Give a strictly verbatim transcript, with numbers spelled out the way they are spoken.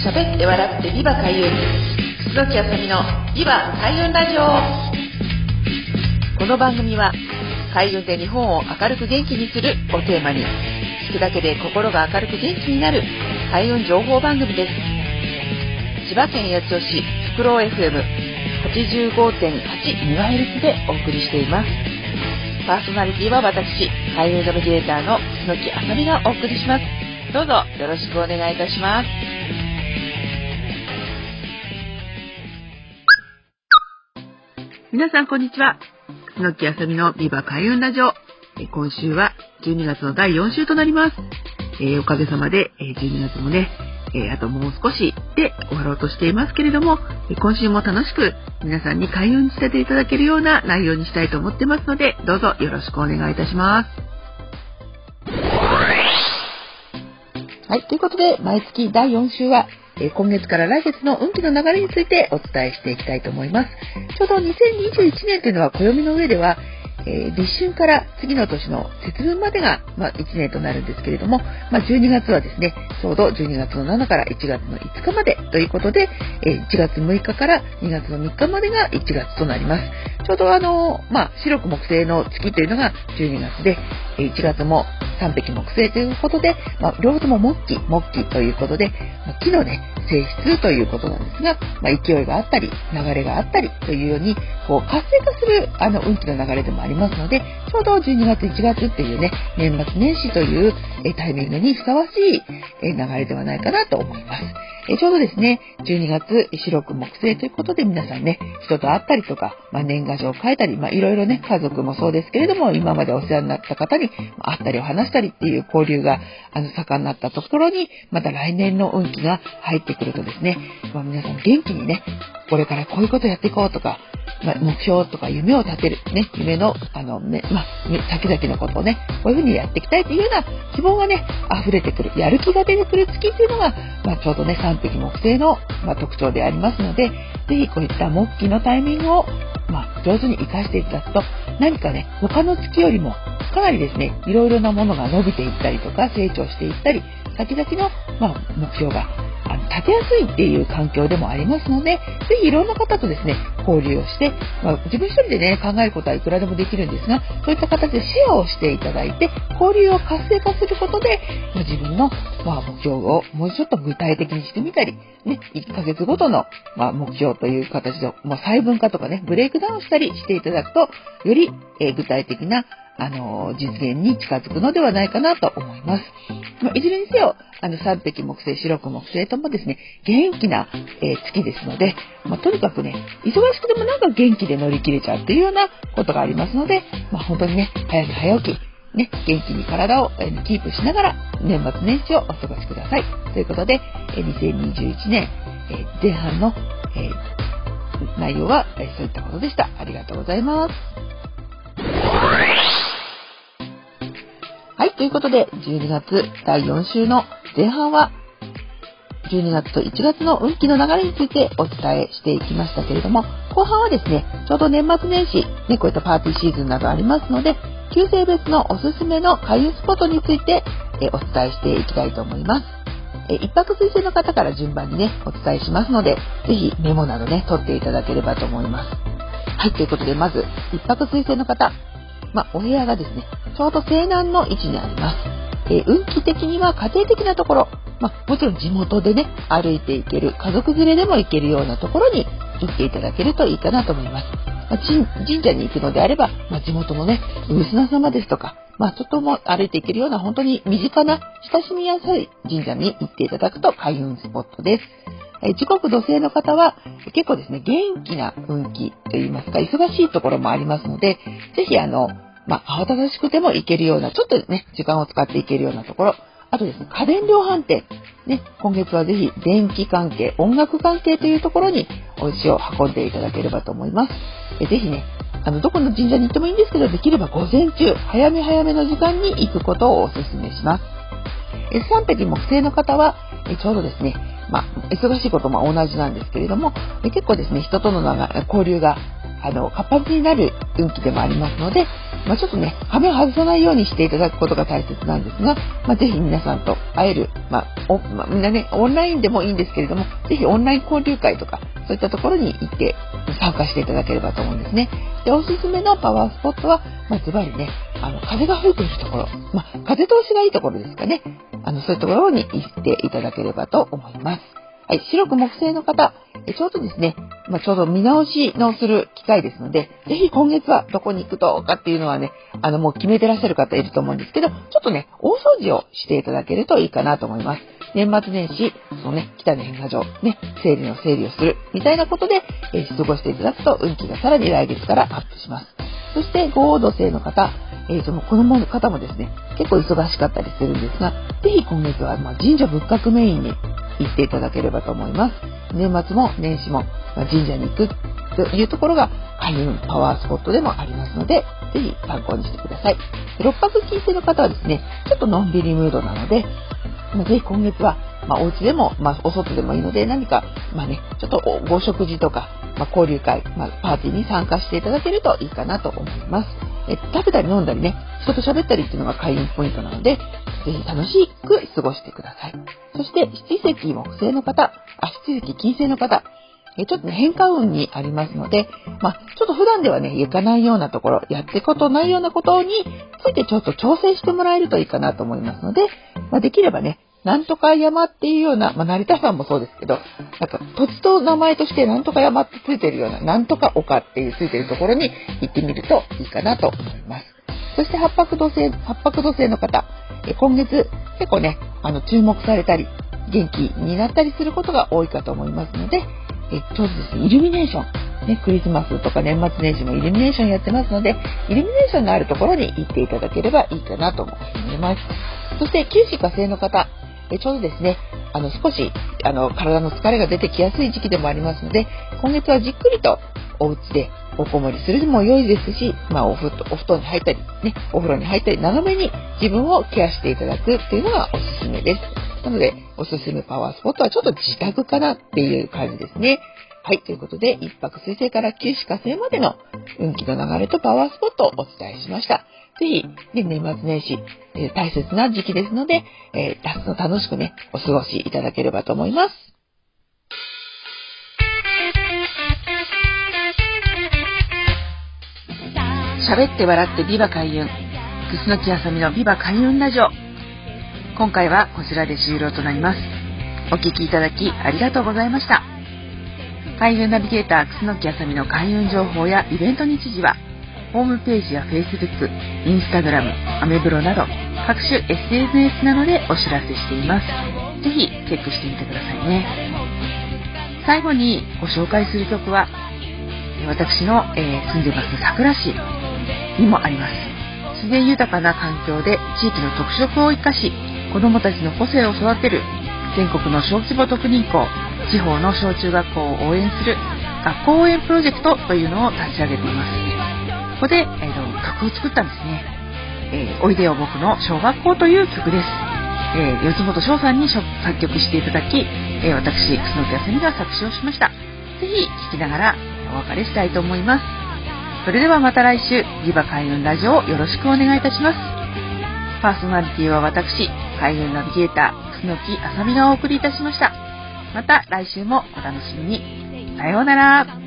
喋って笑ってビバ開運、楠木あさみのビバ開運ラジオ。この番組は開運で日本を明るく元気にするをテーマに、聞くだけで心が明るく元気になる開運情報番組です。千葉県八千代市フクロウ エフエムはちじゅうごてんはちメガヘルツ でお送りしています。パーソナリティは私、開運ナビゲーターの楠木あさみがお送りします。どうぞよろしくお願いいたします。皆さんこんにちは。楠木あさみのビバ開運ラジオ。今週はじゅうにがつのだいよん週となります。えー、おかげさまでじゅうにがつもね、えー、あともう少しで終わろうとしていますけれども、今週も楽しく皆さんに開運していただけるような内容にしたいと思ってますので、どうぞよろしくお願いいたします。はい、ということで毎月だいよん週はえー、今月から来月の運気の流れについてお伝えしていきたいと思います。ちょうどにせんにじゅういちねんというのは暦の上では、えー、立春から次の年の節分までが、まあ、いちねんとなるんですけれども、まあ、じゅうにがつはですね、ちょうどじゅうにがつのなのからいちがつのいつかまでということで、えー、いちがつむいかからにがつのみっかまでがいちがつとなります。ちょうどあのー、まあ、白く木星の月というのがじゅうにがつで、いちがつも三匹木星ということで、まあ、両方とも木期木期ということで、まあ、木のね性質ということなんですが、まあ、勢いがあったり流れがあったりというようにこう活性化するあの運気の流れでもありますので、ちょうどじゅうにがついちがつっていうね年末年始というえタイミングにふさわしいえ流れではないかなと思います。えちょうどですねじゅうにがつ白く木星ということで、皆さんね人と会ったりとか、まあ、年賀状を書いたり、まあ、いろいろね家族もそうですけれども、今までお世話になった方に会ったりお話したりっていう交流があの盛んになったところに、また来年の運気が入ってくるとですね、まあ、皆さん元気にねこれからこういうことやっていこうとか、まあ、目標とか夢を立てるね、夢のあのね、まあ、先々のことをねこういうふうにやっていきたいというような希望がね溢れてくる、やる気が出てくる月っていうのが、まあ、ちょうどね三匹木星の、まあ、特徴でありますので、ぜひこういった木期のタイミングを、まあ、上手に活かしていただくと、何かね他の月よりもかなりですねいろいろなものが伸びていったりとか成長していったり、先々の、まあ、目標があの立てやすいっていう環境でもありますので、ぜひいろんな方とですね交流をして、まあ、自分一人でね考えることはいくらでもできるんですが、そういった形でシェアをしていただいて交流を活性化することで、まあ、自分の、まあ、目標をもうちょっと具体的にしてみたり、ね、いっかげつごとの、まあ、目標という形で、まあ、細分化とかねブレイクダウンしたりしていただくと、より、えー、具体的なあの実現に近づくのではないかなと思います。まあ、いずれにせよあの三匹木星白く木星ともですね元気な、えー、月ですので、まあ、とにかくね忙しくてもなんか元気で乗り切れちゃうというようなことがありますので、まあ、本当にね早寝早起きね、元気に体を、えー、キープしながら年末年始をお過ごしくださいということで、えー、にせんにじゅういちねん、えー、前半の、えー、内容は、えー、そういったことでした。ありがとうございます。はい、ということでじゅうにがつだいよん週の前半はじゅうにがつといちがつの運気の流れについてお伝えしていきましたけれども、後半はですねちょうど年末年始、ね、こういったパーティーシーズンなどありますので、旧星別のおすすめの開運スポットについてえお伝えしていきたいと思います。え一泊水星の方から順番にねお伝えしますので、ぜひメモなどね取っていただければと思います。はい、ということでまず一泊水星の方、まあ、お部屋がですねちょうど西南の位置にあります。えー、運気的には家庭的なところ、まあ、もちろん地元でね歩いていける、家族連れでも行けるようなところに行っていただけるといいかなと思います。まあ、神社に行くのであれば、まあ、地元のねお砂様ですとか、まあ、ちょっとも歩いていけるような本当に身近な親しみやすい神社に行っていただくと開運スポットです。時刻土星の方は結構ですね元気な運気といいますか忙しいところもありますので、ぜひあのまあ慌ただしくても行けるような、ちょっとね時間を使って行けるようなところ、あとですね家電量販店ね、今月はぜひ電気関係音楽関係というところにお家を運んでいただければと思います。えぜひねあのどこの神社に行ってもいいんですけど、できれば午前中早め早めの時間に行くことをお勧めします。え三匹木星の方はえちょうどですねまあ、忙しいことも同じなんですけれども、結構ですね人との交流があの活発になる運気でもありますので、 まあ、ちょっとね、羽目を外さないようにしていただくことが大切なんですが、まあ、ぜひ皆さんと会える、まあおまあ、みんなね、オンラインでもいいんですけれども、ぜひオンライン交流会とか、そういったところに行って参加していただければと思うんですね。で、おすすめのパワースポットは、まあ、ズバリね、あの、風が吹いているところ、まあ、風通しがいいところですかね。あの、そういうところに行っていただければと思います。はい、白く木製の方、えちょうどですね、まあ、ちょうど見直しのする機会ですので、ぜひ今月はどこに行くとかっていうのはね、あの、もう決めてらっしゃる方いると思うんですけど、ちょっとね、大掃除をしていただけるといいかなと思います。年末年始、そのね、来た年賀状、ね、整理の整理をする、みたいなことで、えー、過ごしていただくと、運気がさらに来月からアップします。そして、合土星の方、えー、その、この方もですね、結構忙しかったりするんですが、ぜひ今月は、まあ、神社仏閣メインに行っていただければと思います。年末も年始も、まあ、神社に行くというところが開運パワースポットでもありますので、ぜひ参考にしてください。六白金星の方はですね、ちょっとのんびりムードなので、まあ、ぜひ今月は、まあ、お家でも、まあ、お外でもいいので、何か、まあね、ちょっとご食事とか、まあ、交流会、まあ、パーティーに参加していただけるといいかなと思います。え食べたり飲んだりね、人と喋ったりっていうのが開運ポイントなので、ぜひ楽しく過ごしてください。そして、七石木星の方、あ、七石金星の方、えちょっとね、変化運にありますので、まあ、ちょっと普段ではね、行かないようなところ、やってことないようなことについてちょっと調整してもらえるといいかなと思いますので、まあ、できればね、なんとか山っていうような、まあ、成田山もそうですけど、なんか土地と名前としてなんとか山ってついてるような、なんとか丘っていうついてるところに行ってみるといいかなと思います。そして八白土星、八白土星の方、え今月結構ね、あの注目されたり、元気になったりすることが多いかと思いますので、えちょうどですね、イルミネーション、ね、クリスマスとか年末年始もイルミネーションやってますので、イルミネーションがあるところに行っていただければいいかなと思います。そして九死火星の方、えちょうどですね、あの少しあの体の疲れが出てきやすい時期でもありますので、今月はじっくりとお家でおこもりするのも良いですし、まあ、おふお布団に入ったり、ね、お風呂に入ったり、長めに自分をケアしていただくっていうのがおすすめです。なので、おすすめパワースポットはちょっと自宅かなっていう感じですね。はい、ということで、一泊水星から九死火星までの運気の流れとパワースポットをお伝えしました。ぜひ、ね、年末年始、えー、大切な時期ですので、えー、楽しくね、お過ごしいただければと思います。喋って笑ってビバ開運、楠木あさみのビバ開運ラジオ。今回はこちらで終了となります。お聞きいただきありがとうございました。開運ナビゲーター楠木あさみの開運情報やイベント日時は、ホームページや Facebook、Instagram、アメブロなど各種 エスエヌエス などでお知らせしています。ぜひチェックしてみてくださいね。最後にご紹介する曲は、私の、えー、住んでます桜市にもあります。自然豊かな環境で地域の特色を生かし、子どもたちの個性を育てる全国の小規模特任校、地方の小中学校を応援する学校応援プロジェクトというのを立ち上げています。ここで、えー、と曲を作ったんですね。えー、おいでよ僕の小学校という曲です。えー、四つ本翔さんに作曲していただき、えー、私、楠木あさみが作詞をしました。ぜひ聴きながらお別れしたいと思います。それではまた来週、ビバ開運ラジオをよろしくお願いいたします。パーソナリティは私、開運ナビゲーター、楠木あさみがお送りいたしました。また来週もお楽しみに。さようなら。